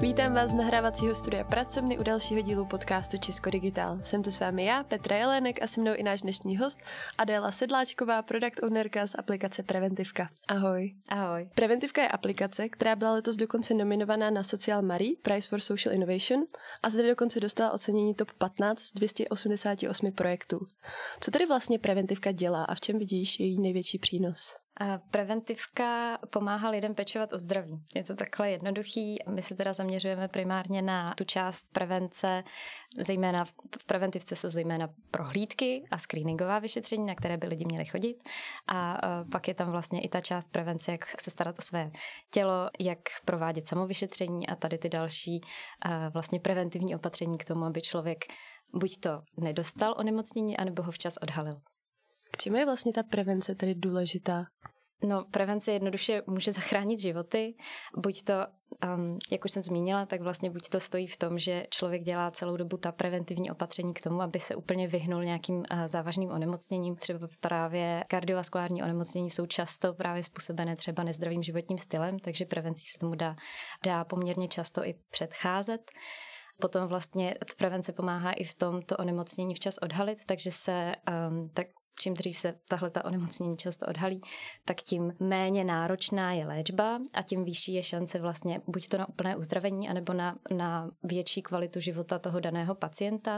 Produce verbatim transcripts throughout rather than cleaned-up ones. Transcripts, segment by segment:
Vítám vás z nahrávacího studia Pracovny u dalšího dílu podcastu Česko Digital. Jsem tu s vámi já, Petra Jelének, a se mnou i náš dnešní host Adéla Sedláčková, product ownerka z aplikace Preventivka. Ahoj. Ahoj. Preventivka je aplikace, která byla letos dokonce nominovaná na Social Marie Prize for Social Innovation a zde dokonce dostala ocenění top patnáct z dvě stě osmdesát osm projektů. Co tedy vlastně Preventivka dělá a v čem vidíš její největší přínos? A Preventivka pomáhá lidem pečovat o zdraví. Je to takhle jednoduchý. My se teda zaměřujeme primárně na tu část prevence, zejména v preventivce jsou zejména prohlídky a screeningová vyšetření, na které by lidi měli chodit. A pak je tam vlastně i ta část prevence, jak se starat o své tělo, jak provádět samovyšetření a tady ty další vlastně preventivní opatření k tomu, aby člověk buď to nedostal onemocnění, anebo ho včas odhalil. K čemu je vlastně ta prevence tedy důležitá? No, prevence jednoduše může zachránit životy. Buď to, um, jak už jsem zmínila, tak vlastně buď to stojí v tom, že člověk dělá celou dobu ta preventivní opatření k tomu, aby se úplně vyhnul nějakým uh, závažným onemocněním. Třeba právě kardiovaskulární onemocnění jsou často právě způsobené třeba nezdravým životním stylem, takže prevencí se tomu dá, dá poměrně často i předcházet. Potom vlastně prevence pomáhá i v tom to onemocnění včas odhalit, takže se um, tak čím dřív se tahle ta onemocnění často odhalí, tak tím méně náročná je léčba a tím vyšší je šance vlastně buď to na úplné uzdravení, anebo na, na větší kvalitu života toho daného pacienta.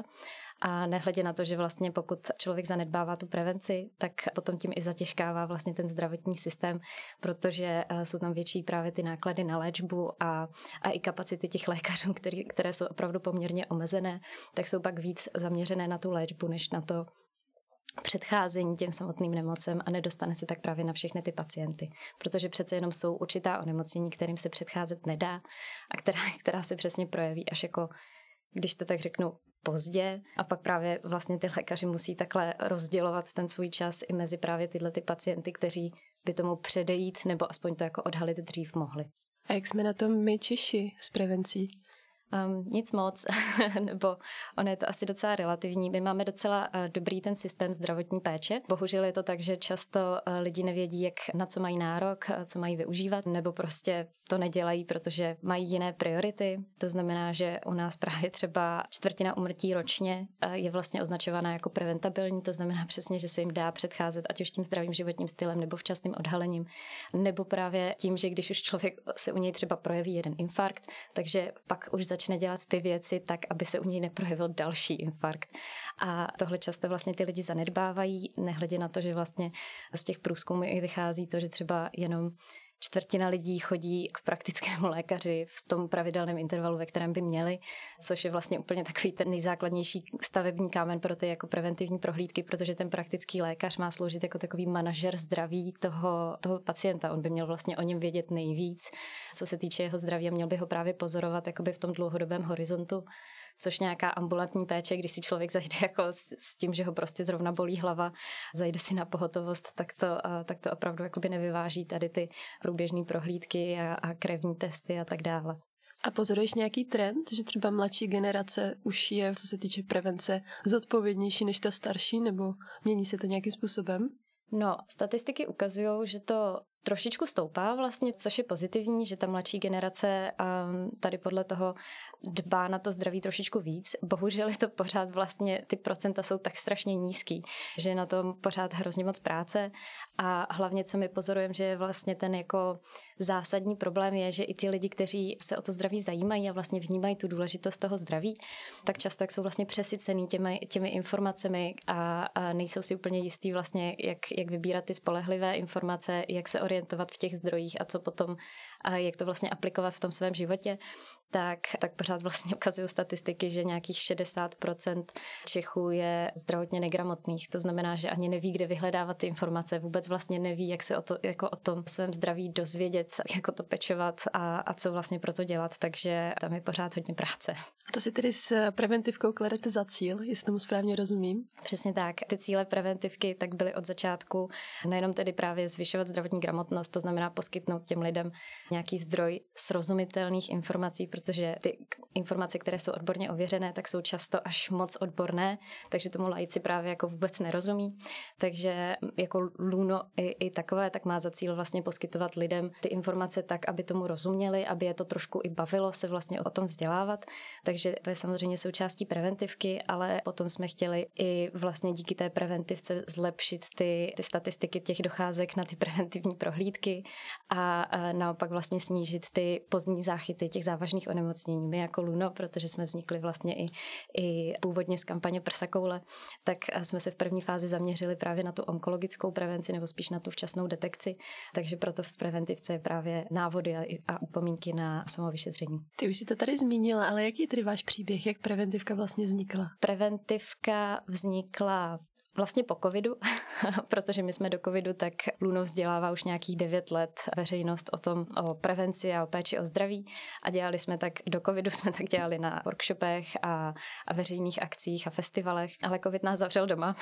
A nehledě na to, že vlastně pokud člověk zanedbává tu prevenci, tak potom tím i zatěžkává vlastně ten zdravotní systém, protože jsou tam větší právě ty náklady na léčbu a, a i kapacity těch lékařů, který, které jsou opravdu poměrně omezené, tak jsou pak víc zaměřené na tu léčbu, než na to předcházení těm samotným nemocem a nedostane se tak právě na všechny ty pacienty. Protože přece jenom jsou určitá onemocnění, kterým se předcházet nedá a která, která se přesně projeví až jako, když to tak řeknu, pozdě a pak právě vlastně ty lékaři musí takhle rozdělovat ten svůj čas i mezi právě tyhle ty pacienty, kteří by tomu předejít nebo aspoň to jako odhalit dřív mohli. A jak jsme na tom my Češi s prevencí? Um, nic moc, nebo ono je to asi docela relativní. My máme docela uh, dobrý ten systém zdravotní péče. Bohužel je to tak, že často uh, lidi nevědí, jak na co mají nárok, uh, co mají využívat, nebo prostě to nedělají, protože mají jiné priority. To znamená, že u nás právě třeba čtvrtina úmrtí ročně uh, je vlastně označovaná jako preventabilní. To znamená přesně, že se jim dá předcházet ať už tím zdravým životním stylem, nebo včasným odhalením, nebo právě tím, že když už člověk se u něj třeba projeví jeden infarkt, takže pak už začne dělat ty věci tak, aby se u něj neprojevil další infarkt. A tohle často vlastně ty lidi zanedbávají, nehledě na to, že vlastně z těch průzkumů i vychází to, že třeba jenom čtvrtina lidí chodí k praktickému lékaři v tom pravidelném intervalu, ve kterém by měli, což je vlastně úplně takový ten nejzákladnější stavební kámen pro ty jako preventivní prohlídky, protože ten praktický lékař má sloužit jako takový manažer zdraví toho, toho pacienta. On by měl vlastně o něm vědět nejvíc, co se týče jeho zdraví a měl by ho právě pozorovat jakoby v tom dlouhodobém horizontu, což nějaká ambulantní péče, když si člověk zajde jako s, s tím, že ho prostě zrovna bolí hlava, zajde si na pohotovost, tak to, tak to opravdu jakoby nevyváží tady ty průběžné prohlídky a, a krevní testy a tak dále. A pozoruješ nějaký trend, že třeba mladší generace už je, co se týče prevence, zodpovědnější než ta starší, nebo mění se to nějakým způsobem? No, statistiky ukazují, že to trošičku stoupá vlastně, což je pozitivní, že ta mladší generace um, tady podle toho dbá na to zdraví trošičku víc. Bohužel je to pořád vlastně, ty procenta jsou tak strašně nízký, že je na tom pořád hrozně moc práce a hlavně, co my pozorujeme, že je vlastně ten jako zásadní problém je, že i ty lidi, kteří se o to zdraví zajímají a vlastně vnímají tu důležitost toho zdraví, tak často jak jsou vlastně přesycený těmi, těmi informacemi a, a nejsou si úplně jistý vlastně, jak, jak vybírat ty spolehlivé informace, jak se orientovat v těch zdrojích a co potom, a jak to vlastně aplikovat v tom svém životě, tak, tak pořád vlastně ukazují statistiky, že nějakých šedesát procent Čechů je zdravotně negramotných. To znamená, že ani neví, kde vyhledávat ty informace, vůbec vlastně neví, jak se o, to, jako o tom svém zdraví dozvědět, jako to pečovat a, a co vlastně pro to dělat, takže tam je pořád hodně práce. A to si tedy s preventivkou kladete za cíl, jestli tomu správně rozumím? Přesně tak. Ty cíle preventivky tak byly od začátku nejenom tedy právě zvyšovat zdravotní gramotnost, gramotnost, to znamená poskytnout těm lidem nějaký zdroj srozumitelných informací, protože ty informace, které jsou odborně ověřené, tak jsou často až moc odborné, takže tomu laici právě jako vůbec nerozumí. Takže jako Luno i, i takové, tak má za cíl vlastně poskytovat lidem ty informace tak, aby tomu rozuměli, aby je to trošku i bavilo se vlastně o tom vzdělávat. Takže to je samozřejmě součástí preventivky, ale potom jsme chtěli i vlastně díky té preventivce zlepšit ty, ty statistiky těch docházek na ty preventivní prohlídky a, a naopak vlastně snížit ty pozdní záchyty těch závažných onemocnění. My jako Luno, protože jsme vznikli vlastně i, i původně z kampaně Prsa koule, tak jsme se v první fázi zaměřili právě na tu onkologickou prevenci nebo spíš na tu včasnou detekci, takže proto v preventivce je právě návody a, a upomínky na samovyšetření. Ty už si to tady zmínila, ale jaký je tedy váš příběh, jak preventivka vlastně vznikla? Preventivka vznikla vlastně po covidu, protože my jsme do covidu, tak Luno vzdělává už nějakých devět let veřejnost o tom, o prevenci a o péči o zdraví a dělali jsme tak, do covidu jsme tak dělali na workshopech a, a veřejných akcích a festivalech, ale covid nás zavřel doma,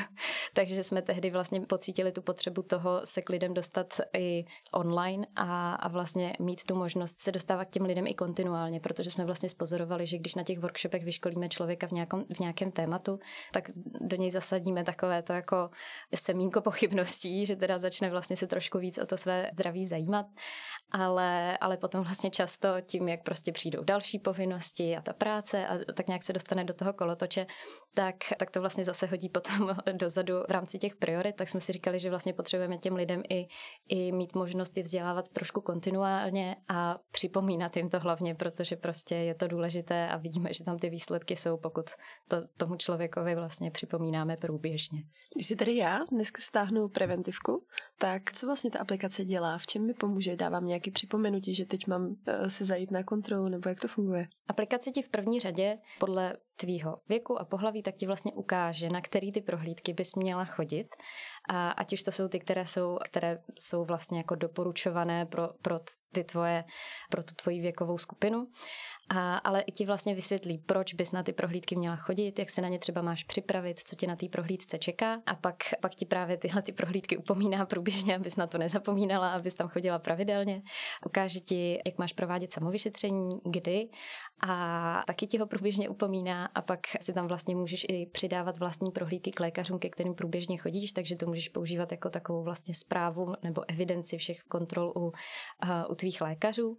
takže jsme tehdy vlastně pocítili tu potřebu toho se k lidem dostat i online a, a vlastně mít tu možnost se dostávat k těm lidem i kontinuálně, protože jsme vlastně spozorovali, že když na těch workshopech vyškolíme člověka v nějakom, v nějakém tématu, tak do něj zasadíme takové to jako semínko pochybností, že teda začne vlastně se trošku víc o to své zdraví zajímat, ale, ale potom vlastně často tím, jak prostě přijdou další povinnosti a ta práce a tak nějak se dostane do toho kolotoče, tak, tak to vlastně zase hodí potom dozadu v rámci těch priorit, tak jsme si říkali, že vlastně potřebujeme těm lidem i, i mít možnost je vzdělávat trošku kontinuálně a připomínat jim to hlavně, protože prostě je to důležité a vidíme, že tam ty výsledky jsou, pokud to tomu člověkovi vlastně připomínáme průběžně. Když si tady já dneska stáhnu preventivku, tak co vlastně ta aplikace dělá? V čem mi pomůže? Dávám nějaký připomenutí, že teď mám uh, si zajít na kontrolu, nebo jak to funguje? Aplikace ti v první řadě podle tvýho věku a pohlaví tak ti vlastně ukáže, na který ty prohlídky bys měla chodit. A ať už to jsou ty, které jsou, které jsou vlastně jako doporučované pro, pro ty tvoje, pro tu tvoji věkovou skupinu. A, ale i ti vlastně vysvětlí, proč bys na ty prohlídky měla chodit, jak se na ně třeba máš připravit, co tě na té prohlídce čeká. A pak, pak ti právě tyhle ty prohlídky upomíná průběžně, abys na to nezapomínala, abys tam chodila pravidelně. Ukáže ti, jak máš provádět samovyšetření, kdy a taky ti ho průběžně upomíná a pak si tam vlastně můžeš i přidávat vlastní prohlídky k lékařům, ke kterým průběžně chodíš, takže to můžeš používat jako takovou vlastně zprávu nebo evidenci všech kontrol u, u tvých lékařů.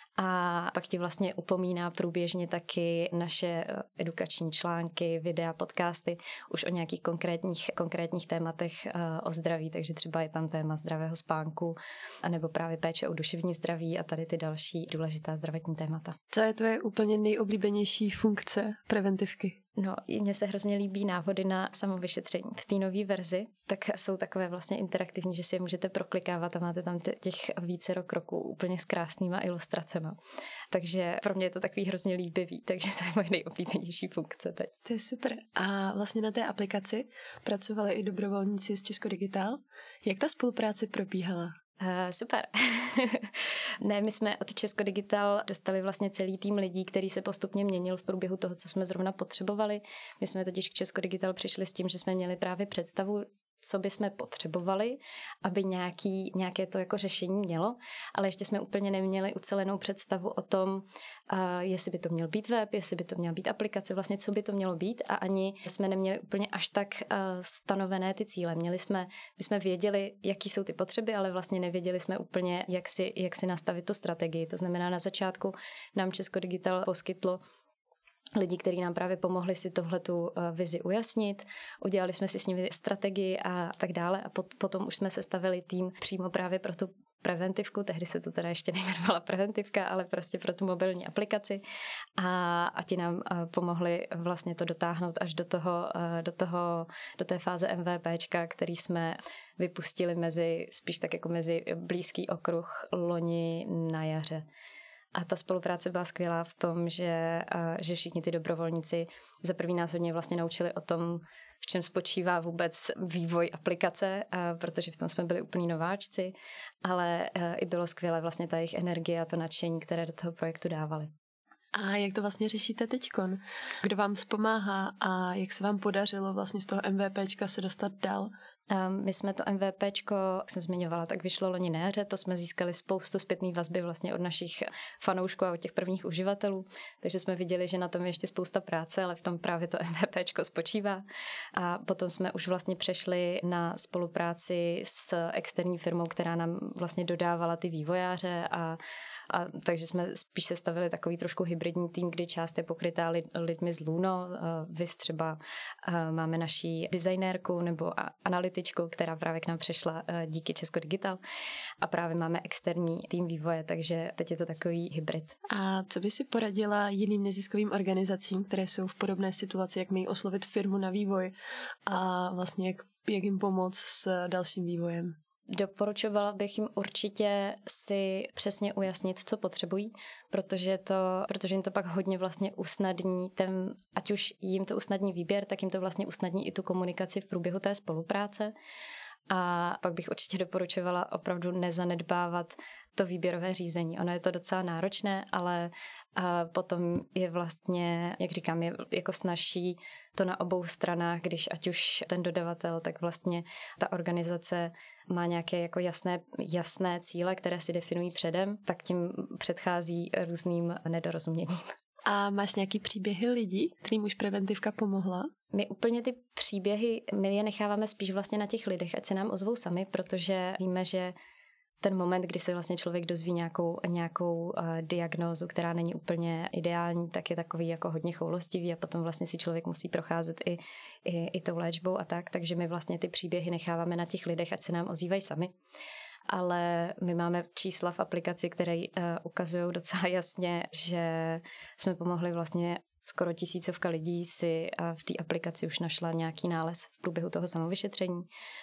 A pak ti vlastně upomíná průběžně taky naše edukační články, videa, podcasty už o nějakých konkrétních, konkrétních tématech o zdraví, takže třeba je tam téma zdravého spánku anebo právě péče o duševní zdraví a tady ty další důležitá zdravotní témata. Co je tvoje úplně nejoblíbenější funkce preventivky? No, mně se hrozně líbí návody na samovyšetření. V té nové verzi tak jsou takové vlastně interaktivní, že si je můžete proklikávat a máte tam těch vícero kroků úplně s krásnýma ilustracema. Takže pro mě je to takový hrozně líbivý, takže to je moje nejoblíbenější funkce teď. To je super. A vlastně na té aplikaci pracovali i dobrovolníci z Česko Digital. Jak ta spolupráce probíhala? Uh, super. Ne, my jsme od Česko Digital dostali vlastně celý tým lidí, který se postupně měnil v průběhu toho, co jsme zrovna potřebovali. My jsme totiž k Česko Digital přišli s tím, že jsme měli právě představu, co bychom potřebovali, aby nějaký, nějaké to jako řešení mělo, ale ještě jsme úplně neměli ucelenou představu o tom, uh, jestli by to měl být web, jestli by to měla být aplikace, vlastně co by to mělo být a ani jsme neměli úplně až tak uh, stanovené ty cíle. Měli jsme, my jsme věděli, jaký jsou ty potřeby, ale vlastně nevěděli jsme úplně, jak si, jak si nastavit tu strategii. To znamená, na začátku nám Česko Digital poskytlo lidi, kteří nám právě pomohli si tohletu vizi ujasnit, udělali jsme si s nimi strategii a tak dále a pot, potom už jsme sestavili tým přímo právě pro tu preventivku, tehdy se to teda ještě nejmenovala preventivka, ale prostě pro tu mobilní aplikaci a, a ti nám pomohli vlastně to dotáhnout až do toho, do toho, do té fáze MVPčka, který jsme vypustili mezi, spíš tak jako mezi blízký okruh loni na jaře. A ta spolupráce byla skvělá v tom, že, že všichni ty dobrovolníci za první nás hodně vlastně naučili o tom, v čem spočívá vůbec vývoj aplikace, protože v tom jsme byli úplní nováčci, ale i bylo skvělé vlastně ta jejich energie a to nadšení, které do toho projektu dávali. A jak to vlastně řešíte teďkon? Kdo vám vzpomáhá a jak se vám podařilo vlastně z toho MVPčka se dostat dál Um, my jsme to MVPčko, jak jsem zmiňovala, tak vyšlo loni na jaře, to jsme získali spoustu zpětných vazby vlastně od našich fanoušků a od těch prvních uživatelů, takže jsme viděli, že na tom je ještě spousta práce, ale v tom právě to MVPčko spočívá. A potom jsme už vlastně přešli na spolupráci s externí firmou, která nám vlastně dodávala ty vývojáře a A takže jsme spíš sestavili takový trošku hybridní tým, kdy část je pokrytá lid, lidmi z Luno. Vy třeba máme naší designérku nebo analytičku, která právě k nám přešla díky Česko Digital. A právě máme externí tým vývoje, takže teď je to takový hybrid. A co by si poradila jiným neziskovým organizacím, které jsou v podobné situaci, jak mají oslovit firmu na vývoj a vlastně jak, jak jim pomoct s dalším vývojem? Doporučovala bych jim určitě si přesně ujasnit, co potřebují, protože, to, protože jim to pak hodně vlastně usnadní, ten, ať už jim to usnadní výběr, tak jim to vlastně usnadní i tu komunikaci v průběhu té spolupráce. A pak bych určitě doporučovala opravdu nezanedbávat to výběrové řízení. Ono je to docela náročné, ale a potom je vlastně, jak říkám, je jako snazší to na obou stranách, když ať už ten dodavatel, tak vlastně ta organizace má nějaké jako jasné, jasné cíle, které si definují předem, tak tím předchází různým nedorozuměním. A máš nějaký příběhy lidí, kterým už preventivka pomohla? My úplně ty příběhy, my je necháváme spíš vlastně na těch lidech, ať se nám ozvou sami, protože víme, že ten moment, kdy se vlastně člověk dozví nějakou, nějakou uh, diagnózu, která není úplně ideální, tak je takový jako hodně choulostivý a potom vlastně si člověk musí procházet i, i, i tou léčbou a tak, takže my vlastně ty příběhy necháváme na těch lidech, ať se nám ozývají sami. Ale my máme čísla v aplikaci, které uh, ukazují docela jasně, že jsme pomohli vlastně skoro tisícovka lidí si uh, v té aplikaci už našla nějaký nález v průběhu toho samovyšetření.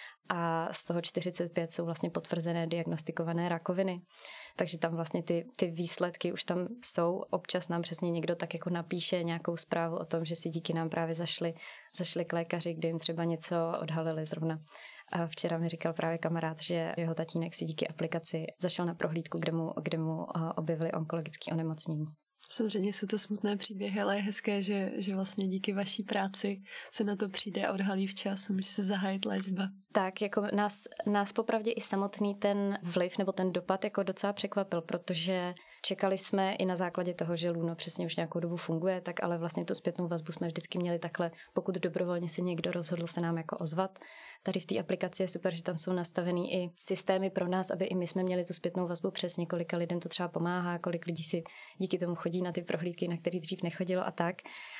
A z toho čtyřicet pět jsou vlastně potvrzené diagnostikované rakoviny. Takže tam vlastně ty, ty výsledky už tam jsou. Občas nám přesně někdo tak jako napíše nějakou zprávu o tom, že si díky nám právě zašli, zašli k lékaři, kdy jim třeba něco odhalili zrovna. A včera mi říkal právě kamarád, že jeho tatínek si díky aplikaci zašel na prohlídku, kde mu, kde mu objevili onkologické onemocnění. Samozřejmě jsou to smutné příběhy, ale je hezké, že, že vlastně díky vaší práci se na to přijde a odhalí včas a může se zahájit léčba. Tak, jako nás, nás popravdě i samotný ten vliv nebo ten dopad jako docela překvapil, protože čekali jsme i na základě toho, že Luno přesně už nějakou dobu funguje, tak ale vlastně tu zpětnou vazbu jsme vždycky měli takhle, pokud dobrovolně se někdo rozhodl se nám jako ozvat. Tady v té aplikaci je super, že tam jsou nastavený i systémy pro nás, aby i my jsme měli tu zpětnou vazbu přesně, kolika lidem to třeba pomáhá, kolik lidí si díky tomu chodí na ty prohlídky, na který dřív nechodilo a tak.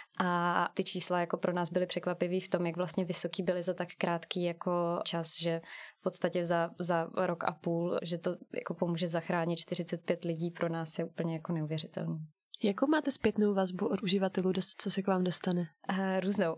A ty čísla jako pro nás byly překvapivý v tom, jak vlastně vysoký byly za tak krátký jako čas, že v podstatě za, za rok a půl, že to jako pomůže zachránit čtyřicet pět lidí, pro nás je úplně jako neuvěřitelný. Jakou máte zpětnou vazbu od uživatelů, co se k vám dostane? Uh, různou.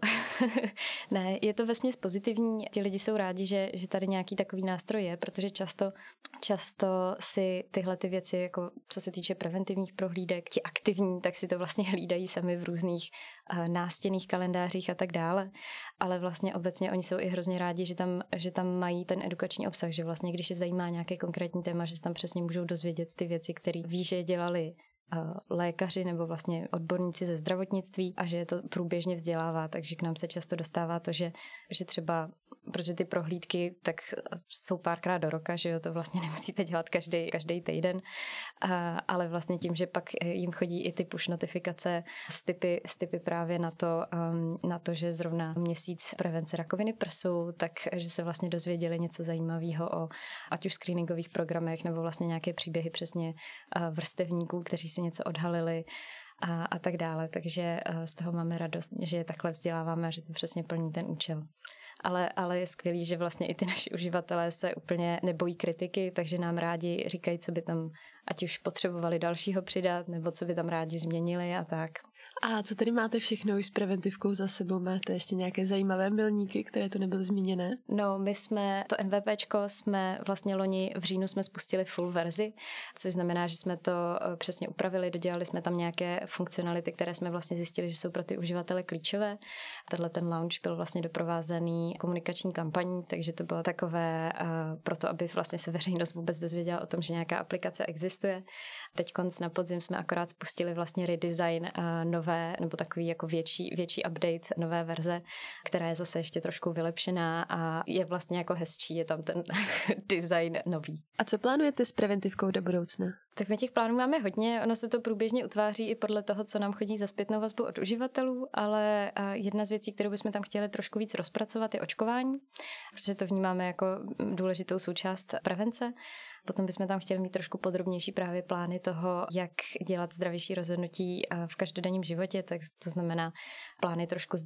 Ne, je to vesměs pozitivní. Ti lidi jsou rádi, že, že tady nějaký takový nástroj je, protože často, často si tyhle ty věci, jako co se týče preventivních prohlídek, ti aktivní, tak si to vlastně hlídají sami v různých uh, nástěnných kalendářích a tak dále. Ale vlastně obecně oni jsou i hrozně rádi, že tam, že tam mají ten edukační obsah, že vlastně když je zajímá nějaké konkrétní téma, že se tam přesně můžou dozvědět ty věci, které ví, že dělali lékaři nebo vlastně odborníci ze zdravotnictví a že je to průběžně vzdělává, takže k nám se často dostává to, že, že třeba, protože ty prohlídky tak jsou párkrát do roka, že jo, to vlastně nemusíte dělat každý, každý týden, a, ale vlastně tím, že pak jim chodí i ty push notifikace s typy, s typy právě na to, um, na to, že zrovna měsíc prevence rakoviny prsu, tak že se vlastně dozvěděli něco zajímavého o ať už screeningových programech nebo vlastně nějaké příběhy přesně uh, vrstevníků, kteří si něco odhalili a, a tak dále. Takže uh, z toho máme radost, že je takhle vzděláváme a že to přesně plní ten účel. Ale, ale je skvělý, že vlastně i ty naši uživatelé se úplně nebojí kritiky, takže nám rádi říkají, co by tam ať už potřebovali dalšího přidat, nebo co by tam rádi změnili a tak. A co tady máte všechno už s preventivkou za sebou? Máte ještě nějaké zajímavé milníky, které tu nebyly zmíněné? No, my jsme, to MVPčko jsme vlastně loni v říjnu jsme spustili full verzi, což znamená, že jsme to přesně upravili, dodělali jsme tam nějaké funkcionality, které jsme vlastně zjistili, že jsou pro ty uživatele klíčové. Tenhle ten launch byl vlastně doprovázený komunikační kampaní, takže to bylo takové uh, proto, aby vlastně se veřejnost vůbec dozvěděla o tom, že nějaká aplikace existuje. Teď konc na podzim jsme akorát spustili vlastně redesign uh, nové, nebo takový jako větší, větší update nové verze, která je zase ještě trošku vylepšená a je vlastně jako hezčí, je tam ten design nový. A co plánujete s preventivkou do budoucna? Tak my těch plánů máme hodně, ono se to průběžně utváří i podle toho, co nám chodí za zpětnou vazbu od uživatelů, ale jedna z věcí, kterou bychom tam chtěli trošku víc rozpracovat, je očkování, protože to vnímáme jako důležitou součást prevence. Potom bychom tam chtěli mít trošku podrobnější právě plány toho, jak dělat zdravější rozhodnutí v každodenním životě, tak to znamená plány trošku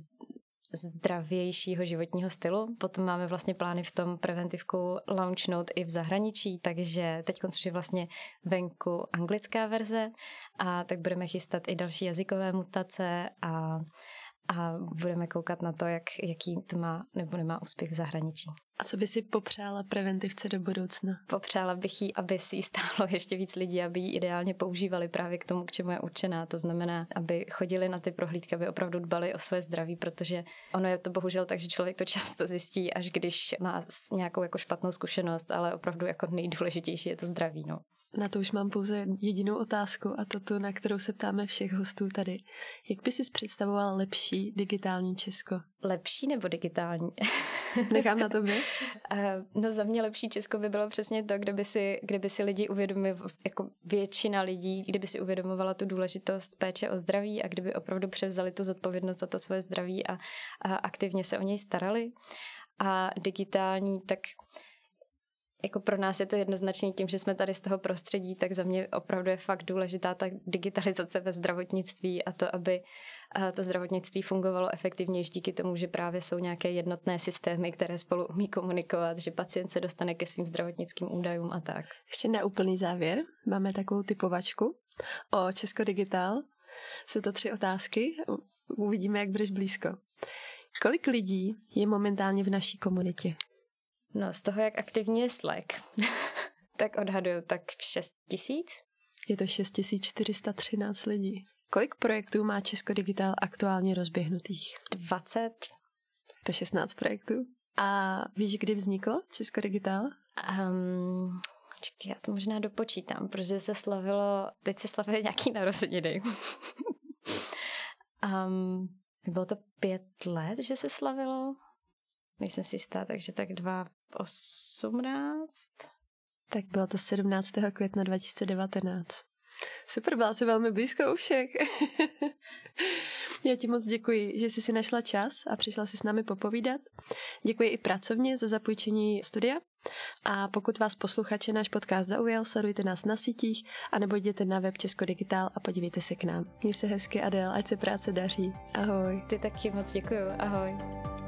zdravějšího životního stylu. Potom máme vlastně plány v tom preventivku launchnout i v zahraničí, takže teď což je vlastně venku anglická verze a tak budeme chystat i další jazykové mutace a, a budeme koukat na to, jak, jaký to má nebo nemá úspěch v zahraničí. A co by si popřála preventivce do budoucna? Popřála bych jí, aby si ji stálo ještě víc lidí, aby ji ideálně používali právě k tomu, k čemu je určená. To znamená, aby chodili na ty prohlídky, aby opravdu dbali o své zdraví, protože ono je to bohužel tak, že člověk to často zjistí, až když má nějakou jako špatnou zkušenost, ale opravdu jako nejdůležitější je to zdraví. No. Na to už mám pouze jedinou otázku a to tu, na kterou se ptáme všech hostů tady. Jak by si představovala lepší digitální Česko? Lepší nebo digitální? Nechám na tobě. No za mě lepší Česko by bylo přesně to, kdyby si, kdyby si lidi uvědomili, jako většina lidí, kdyby si uvědomovala tu důležitost péče o zdraví a kdyby opravdu převzali tu zodpovědnost za to svoje zdraví a, a aktivně se o něj starali. A digitální, tak jako pro nás je to jednoznačně tím, že jsme tady z toho prostředí, tak za mě opravdu je fakt důležitá ta digitalizace ve zdravotnictví a to, aby to zdravotnictví fungovalo efektivněji díky tomu, že právě jsou nějaké jednotné systémy, které spolu umí komunikovat, že pacient se dostane ke svým zdravotnickým údajům a tak. Ještě na úplný závěr máme takovou typovačku o Česko Digital. Jsou to tři otázky, uvidíme, jak budeš blízko. Kolik lidí je momentálně v naší komunitě? No, z toho, jak aktivní je Slack, tak odhaduju tak šest tisíc. Je to šest tisíc čtyři sta třináct lidí. Kolik projektů má Česko Digital aktuálně rozběhnutých? dvacet. Je to šestnáct projektů. A víš, kdy vzniklo Česko Digital? Um, čekaj, já to možná dopočítám, protože se slavilo, teď se slavily nějaký narozeniny. um, bylo to pět let, že se slavilo? Nejsem si jistá, takže tak dva osmnáct. Tak bylo to sedmnáctého května dva tisíce devatenáct. Super, byla jsi velmi blízko u všech. Já ti moc děkuji, že jsi si našla čas a přišla si s námi popovídat. Děkuji i pracovně za zapůjčení studia. A pokud vás posluchače náš podcast zaujal, sledujte nás na sítích anebo jděte na web Česko Digital a podívejte se k nám. Měj se hezky, Adél, ať se práce daří. Ahoj. Ty taky moc děkuju. Ahoj.